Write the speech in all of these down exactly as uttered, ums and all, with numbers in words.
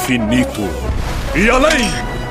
infinito e além!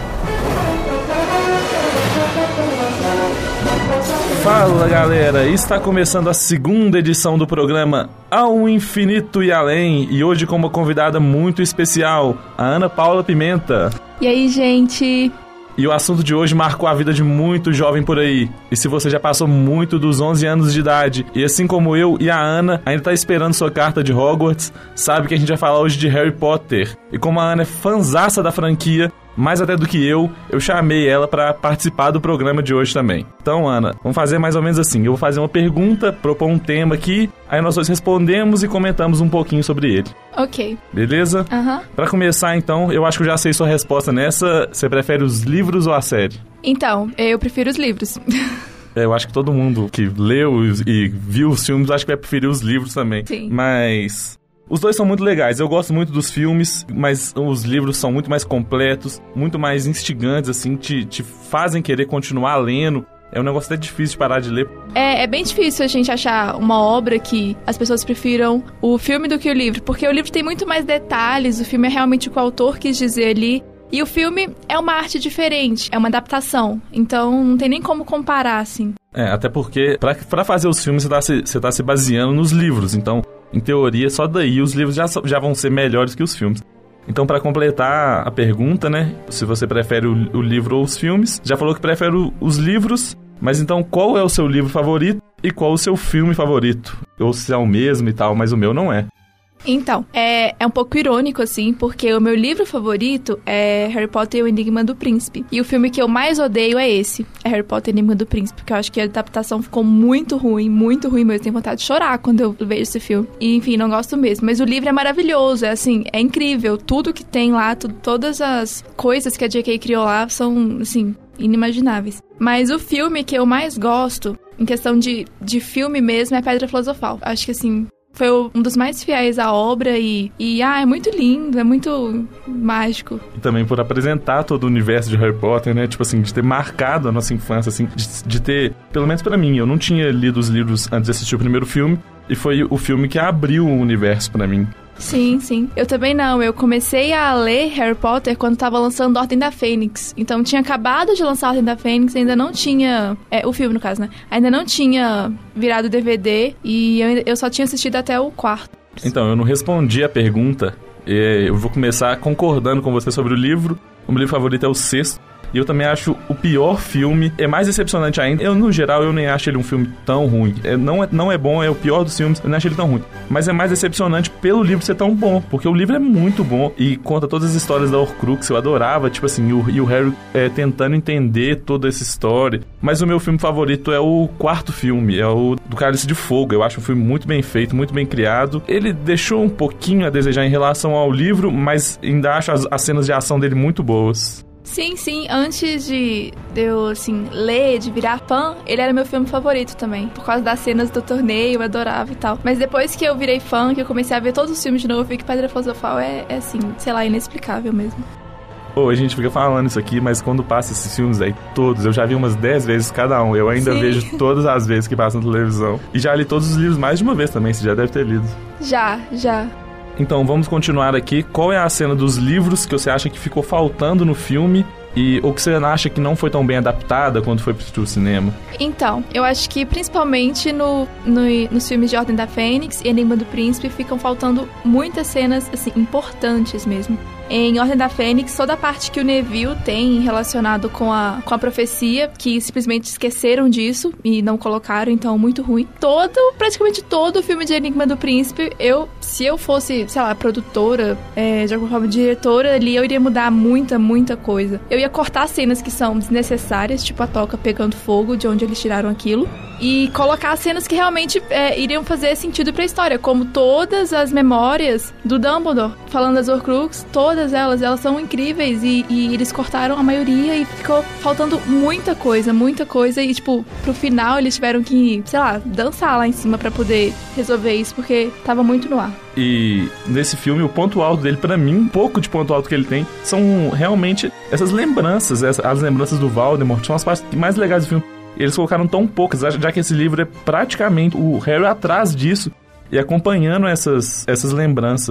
Fala galera, está começando a segunda edição do programa Ao Infinito e Além, e hoje com uma convidada muito especial, a Ana Paula Pimenta. E aí, gente? E o assunto de hoje marcou a vida de muito jovem por aí. E se você já passou muito dos onze anos de idade, e assim como eu e a Ana, ainda está esperando sua carta de Hogwarts, sabe que a gente vai falar hoje de Harry Potter. E como a Ana é fanzaça da franquia, mais até do que eu, eu chamei ela para participar do programa de hoje também. Então, Ana, vamos fazer mais ou menos assim. Eu vou fazer uma pergunta, propor um tema aqui, aí nós dois respondemos e comentamos um pouquinho sobre ele. Ok. Beleza? Aham. Uhum. Pra começar, então, eu acho que eu já sei sua resposta nessa. Você prefere os livros ou a série? Então, eu prefiro os livros. Eu acho que todo mundo que leu e viu os filmes, acho que vai preferir os livros também. Sim. Mas os dois são muito legais. Eu gosto muito dos filmes, mas os livros são muito mais completos, muito mais instigantes, assim, te, te fazem querer continuar lendo. É um negócio até difícil de parar de ler. É, é bem difícil a gente achar uma obra que as pessoas prefiram o filme do que o livro, porque o livro tem muito mais detalhes, o filme é realmente o que o autor quis dizer ali. E o filme é uma arte diferente, é uma adaptação. Então, não tem nem como comparar, assim. É, até porque, pra, pra fazer os filmes, você tá, se, você tá se baseando nos livros. Então, em teoria, só daí os livros já, já vão ser melhores que os filmes. Então, pra completar a pergunta, né? Se você prefere o, o livro ou os filmes, já falou que prefere o, os livros, mas então qual é o seu livro favorito e qual o seu filme favorito? Ou se é o mesmo e tal, mas o meu não é. Então, é, é um pouco irônico, assim, porque o meu livro favorito é Harry Potter e o Enigma do Príncipe. E o filme que eu mais odeio é esse, é Harry Potter e o Enigma do Príncipe, porque eu acho que a adaptação ficou muito ruim, muito ruim mesmo. Eu tenho vontade de chorar quando eu vejo esse filme. E, enfim, não gosto mesmo. Mas o livro é maravilhoso, é assim, é incrível. Tudo que tem lá, tudo, todas as coisas que a J K criou lá são, assim, inimagináveis. Mas o filme que eu mais gosto, em questão de, de filme mesmo, é Pedra Filosofal. Acho que, assim, foi um dos mais fiéis à obra e, e, ah, é muito lindo, é muito mágico. E também por apresentar todo o universo de Harry Potter, né? Tipo assim, de ter marcado a nossa infância, assim, de, de ter, pelo menos pra mim, eu não tinha lido os livros antes de assistir o primeiro filme, e foi o filme que abriu o universo pra mim. Sim, sim. Eu também não. Eu comecei a ler Harry Potter quando tava lançando Ordem da Fênix. Então tinha acabado de lançar Ordem da Fênix, ainda não tinha... É, o filme, no caso, né? Ainda não tinha virado D V D e eu, eu só tinha assistido até o quarto. Então, eu não respondi a pergunta. Eu vou começar concordando com você sobre o livro. O meu livro favorito é o sexto. E eu também acho o pior filme, é mais decepcionante ainda. Eu, no geral, eu nem acho ele um filme tão ruim. É, não, é, não é bom, é o pior dos filmes, eu não acho ele tão ruim. Mas é mais decepcionante pelo livro ser tão bom, porque o livro é muito bom e conta todas as histórias da Horcrux, eu adorava, tipo assim, o, e o Harry é, tentando entender toda essa história. Mas o meu filme favorito é o quarto filme, é o do Cálice de Fogo. Eu acho um filme muito bem feito, muito bem criado. Ele deixou um pouquinho a desejar em relação ao livro, mas ainda acho as, as cenas de ação dele muito boas. Sim, sim. Antes de eu, assim, ler, de virar fã, ele era meu filme favorito também. Por causa das cenas do torneio, eu adorava e tal. Mas depois que eu virei fã, que eu comecei a ver todos os filmes de novo, eu vi que Pedra Filosofal é, é assim, sei lá, inexplicável mesmo. Pô, a gente fica falando isso aqui, mas quando passa esses filmes aí, todos, eu já vi umas dez vezes cada um. Eu ainda Sim. vejo todas as vezes que passam na televisão. E já li todos os livros mais de uma vez também, você já deve ter lido. Já, já. Então, vamos continuar aqui. Qual é a cena dos livros que você acha que ficou faltando no filme? E ou que você acha que não foi tão bem adaptada quando foi pro cinema? Então, eu acho que principalmente no, no, nos filmes de Ordem da Fênix e Enigma do Príncipe ficam faltando muitas cenas, assim, importantes mesmo. Em Ordem da Fênix, toda a parte que o Neville tem relacionado com a, com a profecia, que simplesmente esqueceram disso e não colocaram, então muito ruim. Todo, praticamente todo o filme de Enigma do Príncipe, eu, se eu fosse, sei lá, produtora, é, de alguma forma diretora ali, eu iria mudar muita, muita coisa. Eu ia cortar cenas que são desnecessárias, tipo a toca pegando fogo, de onde eles tiraram aquilo, e colocar cenas que realmente é, iriam fazer sentido pra história, como todas as memórias do Dumbledore, falando das Horcrux, todas elas, elas são incríveis e, e eles cortaram a maioria e ficou faltando muita coisa, muita coisa e, tipo, pro final eles tiveram que, sei lá, dançar lá em cima pra poder resolver isso, porque tava muito no ar. E nesse filme, o ponto alto dele, pra mim, um pouco de ponto alto que ele tem, são realmente essas lembranças, as lembranças do Voldemort, são as partes mais legais do filme. Eles colocaram tão poucas, já que esse livro é praticamente o Harry atrás disso e acompanhando essas, essas lembranças.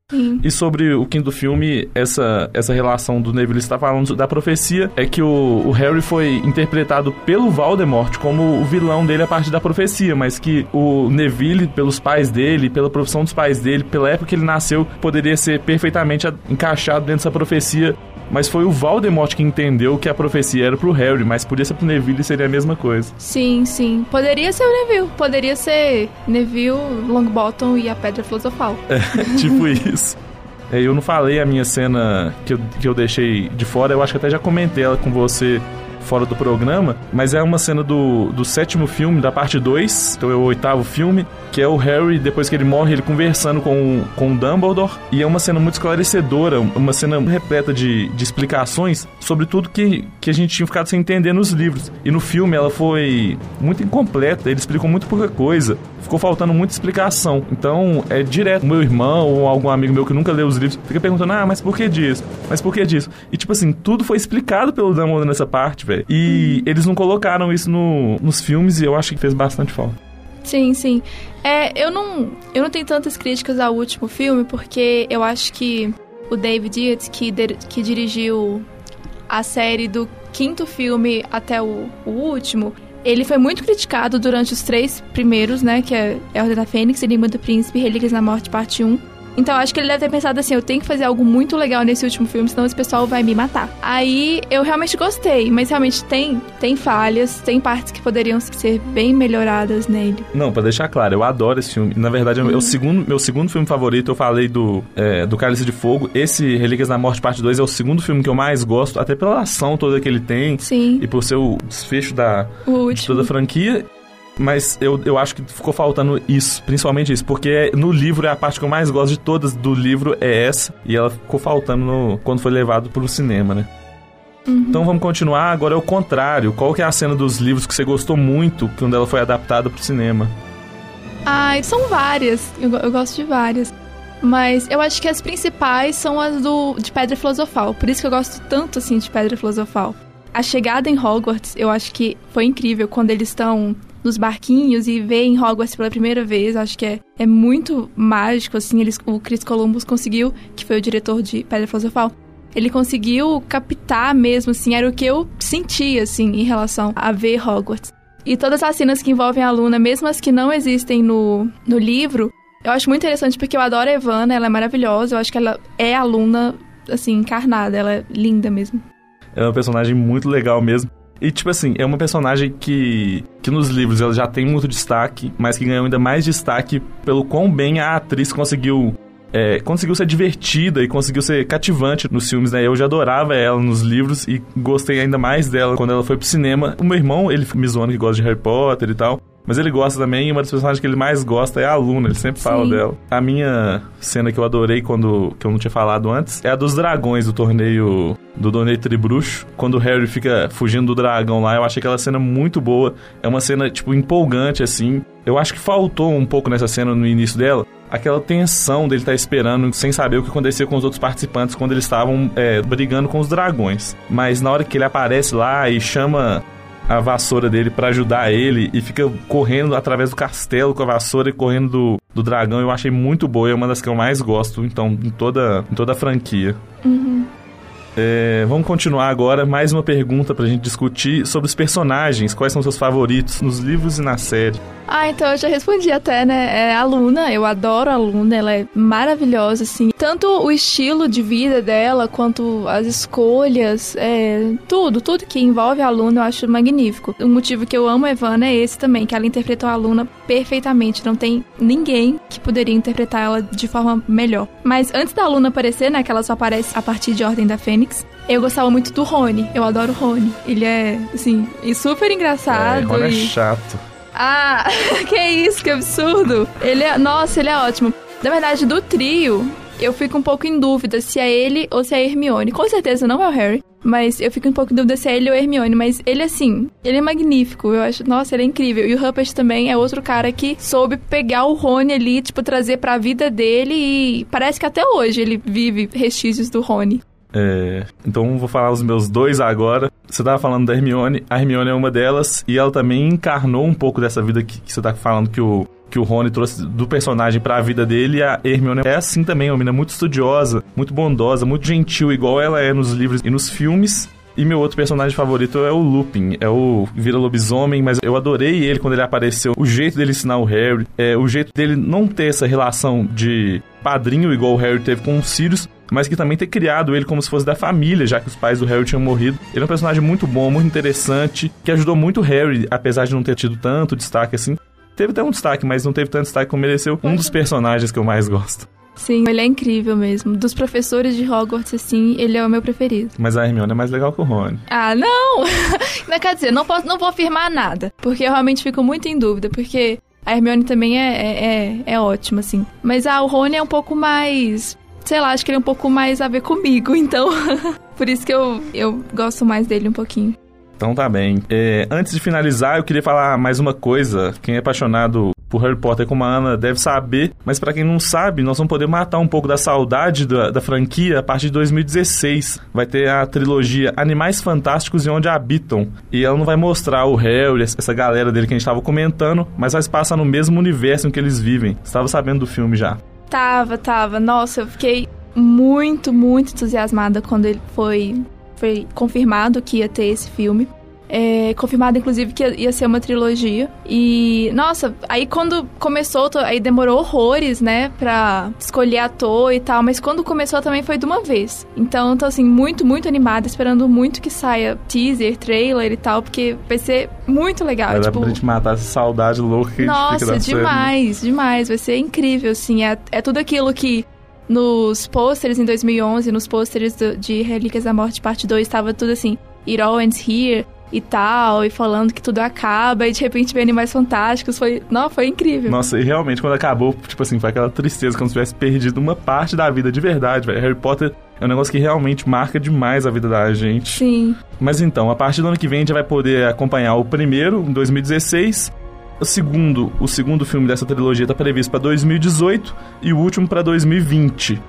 Sim. E sobre o quinto filme, essa, essa relação do Neville está falando da profecia, é que o, o Harry foi interpretado pelo Voldemort como o vilão dele a partir da profecia, mas que o Neville, pelos pais dele, pela profissão dos pais dele, pela época que ele nasceu, poderia ser perfeitamente encaixado dentro dessa profecia. Mas foi o Voldemort que entendeu que a profecia era pro Harry, mas podia ser pro Neville, seria a mesma coisa. Sim, sim. Poderia ser o Neville. Poderia ser Neville, Longbottom e a Pedra Filosofal. É, tipo isso. É, eu não falei a minha cena que eu, que eu deixei de fora, eu acho que até já comentei ela com você fora do programa, mas é uma cena do, do sétimo filme, da parte dois, então é o oitavo filme, que é o Harry, depois que ele morre, ele conversando com, com o Dumbledore, e é uma cena muito esclarecedora, uma cena repleta de, de explicações sobre tudo que, que a gente tinha ficado sem entender nos livros. E no filme ela foi muito incompleta, ele explicou muito pouca coisa, ficou faltando muita explicação. Então, é direto, o meu irmão ou algum amigo meu que nunca leu os livros, fica perguntando, ah, mas por que disso? Mas por que disso? E tipo assim, tudo foi explicado pelo Dumbledore nessa parte, velho. E eles não colocaram isso no, nos filmes e eu acho que fez bastante falta. Sim, sim. É, eu não, eu não tenho tantas críticas ao último filme, porque eu acho que o David Yates, que, de, que dirigiu a série do quinto filme até o, o último, ele foi muito criticado durante os três primeiros, né, que é Ordem da Fênix, Enigma do Príncipe e Relíquias da Morte, parte um. Então eu acho que ele deve ter pensado assim, eu tenho que fazer algo muito legal nesse último filme, senão esse pessoal vai me matar. Aí eu realmente gostei, mas realmente tem, tem falhas, tem partes que poderiam ser bem melhoradas nele. Não, pra deixar claro, eu adoro esse filme. Na verdade, uhum. é o segundo, meu segundo filme favorito, eu falei do, é, do Cálice de Fogo. Esse Relíquias da Morte, parte dois, é o segundo filme que eu mais gosto, até pela ação toda que ele tem. Sim. E por ser o desfecho da, de toda a franquia. Mas eu, eu acho que ficou faltando isso, principalmente isso, porque no livro é a parte que eu mais gosto de todas do livro, é essa, e ela ficou faltando no, quando foi levado pro cinema, né? Uhum. Então vamos continuar, agora é o contrário. Qual que é a cena dos livros que você gostou muito quando ela foi adaptada pro cinema? Ah, são várias, eu, eu gosto de várias. Mas eu acho que as principais são as do, de Pedra Filosofal, por isso que eu gosto tanto, assim, de Pedra Filosofal. A chegada em Hogwarts, eu acho que foi incrível, quando eles estão nos barquinhos e veem Hogwarts pela primeira vez. Acho que é, é muito mágico, assim. Eles, o Chris Columbus conseguiu, que foi o diretor de Pedra Filosofal, ele conseguiu captar mesmo, assim, era o que eu sentia, assim, em relação a ver Hogwarts. E todas as cenas que envolvem a Luna, mesmo as que não existem no, no livro, eu acho muito interessante, porque eu adoro a Evanna, ela é maravilhosa, eu acho que ela é a Luna, assim, encarnada, ela é linda mesmo. É uma personagem muito legal mesmo. E, tipo assim, é uma personagem que, que nos livros ela já tem muito destaque, mas que ganhou ainda mais destaque pelo quão bem a atriz conseguiu, é, conseguiu ser divertida e conseguiu ser cativante nos filmes, né? Eu já adorava ela nos livros e gostei ainda mais dela quando ela foi pro cinema. O meu irmão, ele me zoando que gosta de Harry Potter e tal, mas ele gosta também, e uma das personagens que ele mais gosta é a Luna, ele sempre fala Sim. dela. A minha cena que eu adorei, quando, que eu não tinha falado antes, é a dos dragões do torneio, do torneio Tribruxo. Quando o Harry fica fugindo do dragão lá, eu achei aquela cena muito boa. É uma cena, tipo, empolgante, assim. Eu acho que faltou um pouco nessa cena no início dela, aquela tensão dele estar esperando, sem saber o que acontecia com os outros participantes quando eles estavam é, brigando com os dragões. Mas na hora que ele aparece lá e chama a vassoura dele pra ajudar ele e fica correndo através do castelo com a vassoura e correndo do, do dragão, eu achei muito boa, é uma das que eu mais gosto, então, em toda, em toda a franquia. Uhum. É, vamos continuar agora, mais uma pergunta pra gente discutir sobre os personagens, quais são os seus favoritos nos livros e na série. Ah, então eu já respondi até, né? É a Luna, eu adoro a Luna, ela é maravilhosa, assim. Tanto o estilo de vida dela, quanto as escolhas, é, tudo, tudo que envolve a Luna eu acho magnífico. O motivo que eu amo a Evanna é esse também, que ela interpretou a Luna perfeitamente. Não tem ninguém que poderia interpretar ela de forma melhor. Mas antes da Luna aparecer, né, que ela só aparece a partir de Ordem da Fênix, eu gostava muito do Rony. Eu adoro o Rony. Ele é, assim, super engraçado. É, Rony é e... chato. Ah, que isso, que absurdo. Ele é, nossa, ele é ótimo. Na verdade, do trio, eu fico um pouco em dúvida se é ele ou se é a Hermione. Com certeza não é o Harry, mas eu fico um pouco em dúvida se é ele ou a Hermione. Mas ele, assim, ele é magnífico. Eu acho, nossa, ele é incrível. E o Ruppert também é outro cara que soube pegar o Rony ali, tipo, trazer pra vida dele. E parece que até hoje ele vive vestígios do Rony. É, então vou falar os meus dois agora. Você tava falando da Hermione, a Hermione é uma delas, e ela também encarnou um pouco dessa vida que, que você tá falando que o, que o Rony trouxe do personagem pra vida dele. E a Hermione é assim também, uma menina muito estudiosa, muito bondosa, muito gentil, igual ela é nos livros e nos filmes. E meu outro personagem favorito é o Lupin, é o Vira Lobisomem, mas eu adorei ele quando ele apareceu, o jeito dele ensinar o Harry, é, o jeito dele não ter essa relação de padrinho igual o Harry teve com o Sirius, mas que também ter criado ele como se fosse da família, já que os pais do Harry tinham morrido. Ele é um personagem muito bom, muito interessante, que ajudou muito o Harry, apesar de não ter tido tanto destaque assim. Teve até um destaque, mas não teve tanto destaque como mereceu. Um dos personagens que eu mais gosto. Sim, ele é incrível mesmo. Dos professores de Hogwarts, assim, ele é o meu preferido. Mas a Hermione é mais legal que o Rony. Ah, não! Não, quer dizer, não, posso, não vou afirmar nada, porque eu realmente fico muito em dúvida, porque a Hermione também é, é, é, é ótima, assim. Mas ah, o Rony é um pouco mais... Sei lá, acho que ele é um pouco mais a ver comigo, então... Por isso que eu, eu gosto mais dele um pouquinho. Então tá bem. É, antes de finalizar, eu queria falar mais uma coisa. Quem é apaixonado por Harry Potter como a Ana deve saber, mas pra quem não sabe, nós vamos poder matar um pouco da saudade da, da franquia a partir de dois mil e dezesseis. Vai ter a trilogia Animais Fantásticos e Onde Habitam. E ela não vai mostrar o Harry, essa galera dele que a gente tava comentando, mas vai se passar no mesmo universo em que eles vivem. Você tava sabendo do filme já? Tava, tava. Nossa, eu fiquei muito, muito entusiasmada quando ele foi... Foi confirmado que ia ter esse filme. É, confirmado, inclusive, que ia ser uma trilogia. E, nossa, aí quando começou, aí demorou horrores, né, pra escolher ator e tal. Mas quando começou também foi de uma vez. Então, tô assim, muito, muito animada, esperando muito que saia teaser, trailer e tal, porque vai ser muito legal. Vai tipo, dar pra gente matar essa saudade louca que nossa, a gente fica da demais, série. demais. Vai ser incrível, assim. É, é tudo aquilo que... Nos pôsteres em dois mil e onze, nos pôsteres do, de Relíquias da Morte parte dois, tava tudo assim, It All Ends Here e tal, e falando que tudo acaba, e de repente vem Animais Fantásticos, foi, não, foi incrível. Nossa, e realmente quando acabou, tipo assim, foi aquela tristeza, como se tivesse perdido uma parte da vida de verdade, velho. Harry Potter é um negócio que realmente marca demais a vida da gente. Sim. Mas então, a partir do ano que vem a gente já vai poder acompanhar o primeiro, em dois mil e dezesseis... O segundo, o segundo filme dessa trilogia está previsto para dois mil e dezoito e o último para dois mil e vinte.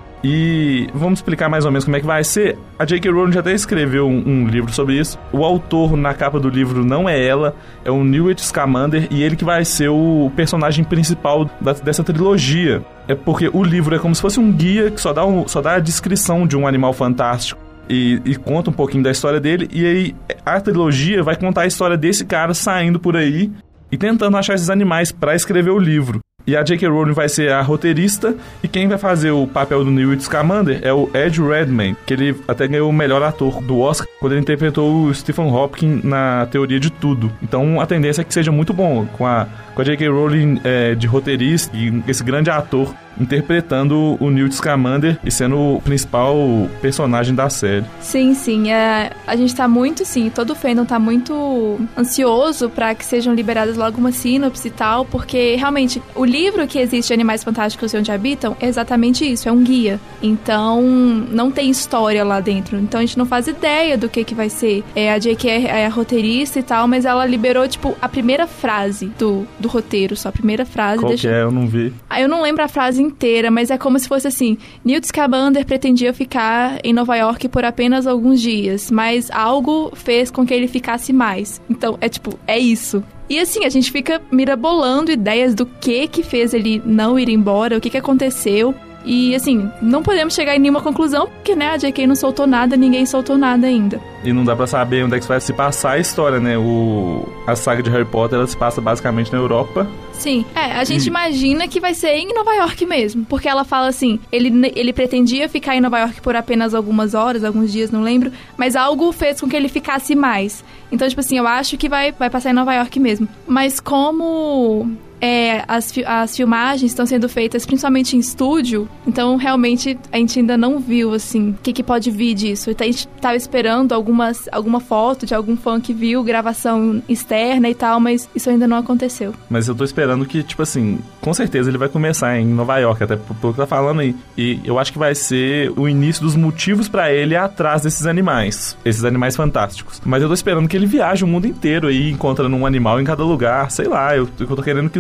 E vamos explicar mais ou menos como é que vai ser. A J K. Rowling já até escreveu um, um livro sobre isso. O autor na capa do livro não é ela, é o Newt Scamander, e ele que vai ser o personagem principal da, dessa trilogia. É porque o livro é como se fosse um guia que só dá, um, só dá a descrição de um animal fantástico. E, e conta um pouquinho da história dele. E aí a trilogia vai contar a história desse cara saindo por aí e tentando achar esses animais pra escrever o livro. E a J K. Rowling vai ser a roteirista, e quem vai fazer o papel do Newt Scamander é o Ed Redmayne, que ele até ganhou o melhor ator do Oscar quando ele interpretou o Stephen Hawking na Teoria de Tudo. Então a tendência é que seja muito bom, com a, com a J K. Rowling é, de roteirista e esse grande ator interpretando o Newt Scamander e sendo o principal personagem da série. Sim, sim. É, a gente tá muito, sim, todo o fandom tá muito ansioso pra que sejam liberadas logo uma sinopse e tal, porque realmente o livro que existe, Animais Fantásticos e Onde Habitam, é exatamente isso, é um guia. Então, não tem história lá dentro. Então, a gente não faz ideia do que que vai ser. É, a J K é a roteirista e tal, mas ela liberou, tipo, a primeira frase do, do roteiro, só a primeira frase. Qual deixa... que é? Eu não vi. Ah, eu não lembro a frase inteira, mas é como se fosse assim: Newt Scamander pretendia ficar em Nova York por apenas alguns dias, mas algo fez com que ele ficasse mais. Então, é tipo, é isso. E assim, a gente fica mirabolando ideias do que que fez ele não ir embora, o que que aconteceu. E assim, não podemos chegar em nenhuma conclusão, porque né, a J K não soltou nada, ninguém soltou nada ainda. E não dá pra saber onde é que vai se passar a história, né? O... A saga de Harry Potter, ela se passa basicamente na Europa. Sim, é, a gente e... imagina que vai ser em Nova York mesmo, porque ela fala assim, ele, ele pretendia ficar em Nova York por apenas algumas horas, alguns dias, não lembro, mas algo fez com que ele ficasse mais. Então, tipo assim, eu acho que vai, vai passar em Nova York mesmo. Mas como... É, as, as filmagens estão sendo feitas principalmente em estúdio, então realmente a gente ainda não viu, assim, o que, que pode vir disso. Então, a gente tava esperando algumas, alguma foto de algum fã que viu gravação externa e tal, mas isso ainda não aconteceu. Mas eu tô esperando que, tipo assim, com certeza ele vai começar em Nova York, até pelo que tá falando aí. E eu acho que vai ser o início dos motivos pra ele ir atrás desses animais, esses animais fantásticos. Mas eu tô esperando que ele viaje o mundo inteiro aí, encontrando um animal em cada lugar, sei lá. Eu, eu tô querendo que os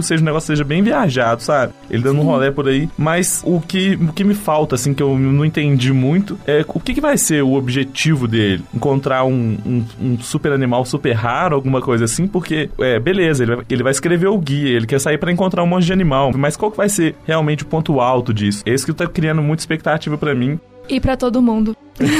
seja um negócio seja bem viajado, sabe? Ele dando um rolê por aí. Mas o que, o que me falta, assim, que eu não entendi muito, é o que, que vai ser o objetivo dele? Encontrar um, um, um super animal super raro, alguma coisa assim? Porque, é, beleza, ele vai, ele vai escrever o guia, ele quer sair pra encontrar um monte de animal. Mas qual que vai ser realmente o ponto alto disso? É isso que tá criando muita expectativa pra mim. E pra todo mundo.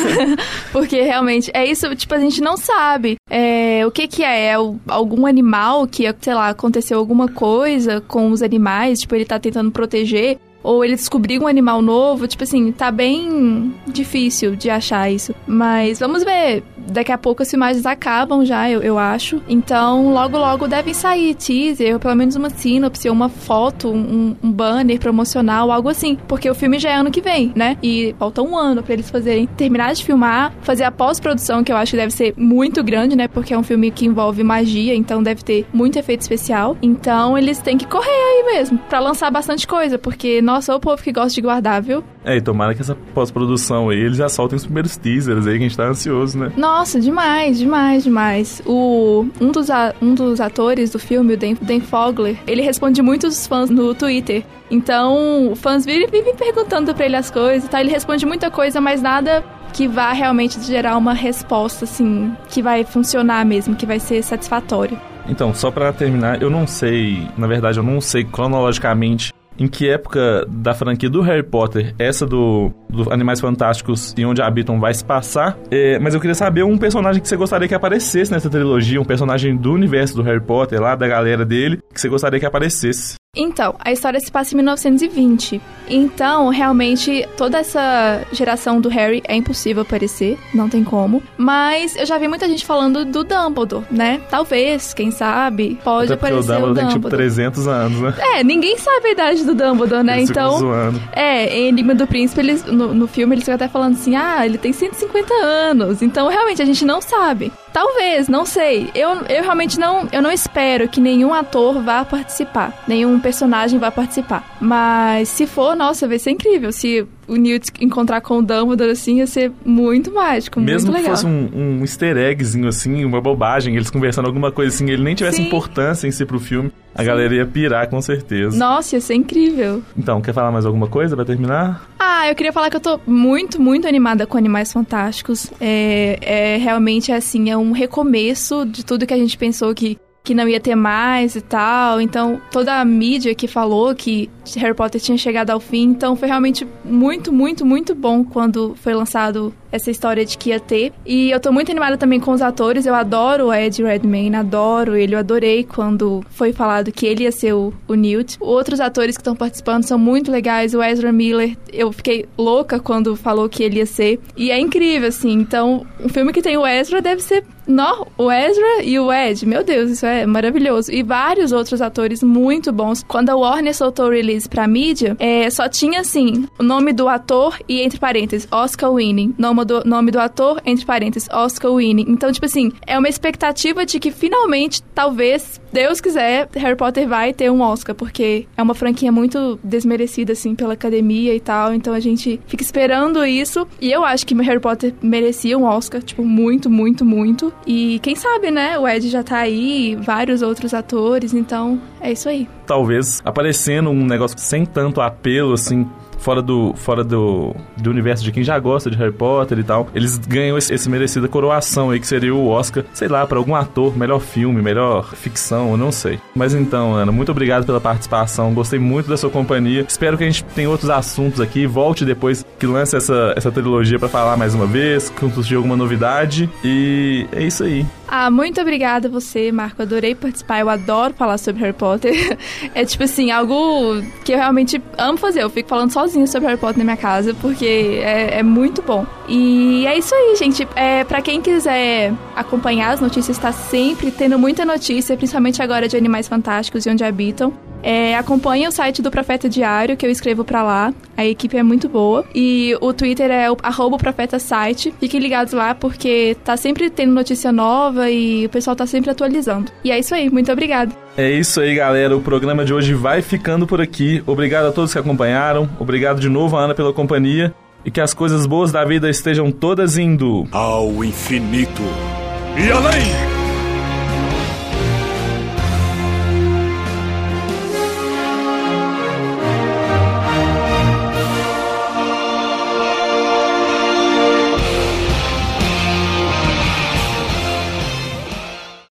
Porque realmente é isso, tipo, a gente não sabe é, o que que é, é algum animal que, sei lá, aconteceu alguma coisa com os animais, tipo, ele tá tentando proteger, ou ele descobriu um animal novo, tipo assim, tá bem difícil de achar isso. Mas vamos ver, daqui a pouco as filmagens acabam já, eu, eu acho. Então, logo, logo devem sair teaser, ou pelo menos uma sinopse, ou uma foto, um, um banner promocional, algo assim. Porque o filme já é ano que vem, né? E falta um ano pra eles fazerem, terminar de filmar, fazer a pós-produção, que eu acho que deve ser muito grande, né? Porque é um filme que envolve magia, então deve ter muito efeito especial. Então, eles têm que correr aí mesmo, pra lançar bastante coisa, porque nossa, o povo que gosta de guardar, viu? É, e tomara que essa pós-produção aí, eles já soltem os primeiros teasers aí, que a gente tá ansioso, né? Nossa, demais, demais, demais. O, um, dos a, um dos atores do filme, o Dan, Dan Fogler, ele responde muitos fãs no Twitter. Então, fãs vivem, vivem perguntando pra ele as coisas, tá? Ele responde muita coisa, mas nada que vá realmente gerar uma resposta, assim, que vai funcionar mesmo, que vai ser satisfatório. Então, só pra terminar, eu não sei, na verdade, eu não sei cronologicamente em que época da franquia do Harry Potter essa do, do Animais Fantásticos e Onde Habitam vai se passar, é, mas eu queria saber um personagem que você gostaria que aparecesse nessa trilogia, um personagem do universo do Harry Potter, lá da galera dele, que você gostaria que aparecesse. Então, a história se passa em mil novecentos e vinte. Então, realmente, toda essa geração do Harry é impossível aparecer, não tem como. Mas eu já vi muita gente falando do Dumbledore, né? Talvez, quem sabe, pode Até aparecer o Dumbledore. O Dumbledore tem tipo trezentos anos, né? É, ninguém sabe a idade do Dumbledore, né? Eles então, zoando. É, em Enigma do Príncipe, eles, no, no filme, eles ficam até falando assim, ah, ele tem cento e cinquenta anos. Então, realmente, a gente não sabe. Talvez, não sei. Eu, eu realmente não, eu não espero que nenhum ator vá participar, nenhum personagem vá participar. Mas se for, nossa, vai ser incrível. Se o Newt encontrar com o Dumbledore, assim, ia ser muito mágico, mesmo muito legal. Mesmo que fosse um, um easter eggzinho, assim, uma bobagem, eles conversando alguma coisa assim, ele nem tivesse Sim. importância em si pro filme, a Sim. galera ia pirar, com certeza. Nossa, ia ser incrível. Então, quer falar mais alguma coisa pra terminar? Ah, eu queria falar que eu tô muito, muito animada com Animais Fantásticos. É, é realmente, assim, é um recomeço de tudo que a gente pensou que que não ia ter mais e tal, então toda a mídia que falou que Harry Potter tinha chegado ao fim, então foi realmente muito, muito, muito bom quando foi lançado essa história de que ia ter. E eu tô muito animada também com os atores, eu adoro o Ed Redmayne, adoro ele, eu adorei quando foi falado que ele ia ser o, o Newt. Outros atores que estão participando são muito legais, o Ezra Miller, eu fiquei louca quando falou que ele ia ser, e é incrível, assim, então um filme que tem o Ezra deve ser No, o Ezra e o Ed, meu Deus, isso é maravilhoso. E vários outros atores muito bons. Quando a Warner soltou o release pra mídia, é, só tinha, assim, o nome do ator e, entre parênteses, Oscar winning. Nome do, nome do ator, entre parênteses, Oscar winning. Então, tipo assim, é uma expectativa de que finalmente, talvez, Deus quiser, Harry Potter vai ter um Oscar, porque é uma franquia muito desmerecida, assim, pela academia e tal. Então a gente fica esperando isso. E eu acho que Harry Potter merecia um Oscar, tipo, muito, muito, muito. E quem sabe, né? O Ed já tá aí, vários outros atores, então é isso aí. Talvez aparecendo um negócio sem tanto apelo, assim, fora do, fora do, do universo de quem já gosta de Harry Potter e tal, eles ganham esse, esse merecida coroação aí, que seria o Oscar, sei lá, pra algum ator, melhor filme, melhor ficção, eu não sei. Mas então, Ana, muito obrigado pela participação, gostei muito da sua companhia, espero que a gente tenha outros assuntos aqui, volte depois que lance essa, essa trilogia pra falar mais uma vez, quando surgir alguma novidade, e é isso aí. Ah, muito obrigada a você, Marco, adorei participar, eu adoro falar sobre Harry Potter, é tipo assim, algo que eu realmente amo fazer, eu fico falando sozinha sobre Harry Potter na minha casa, porque é, é muito bom. E é isso aí, gente, é, pra quem quiser acompanhar as notícias, tá sempre tendo muita notícia, principalmente agora de Animais Fantásticos e Onde Habitam. É, acompanhe o site do Profeta Diário, que eu escrevo pra lá. A equipe é muito boa. E o Twitter é o arroba Profeta Site. Fiquem ligados lá, porque tá sempre tendo notícia nova e o pessoal tá sempre atualizando. E é isso aí, muito obrigada. É isso aí, galera. O programa de hoje vai ficando por aqui. Obrigado a todos que acompanharam. Obrigado de novo, Ana, pela companhia. E que as coisas boas da vida estejam todas indo ao infinito e além.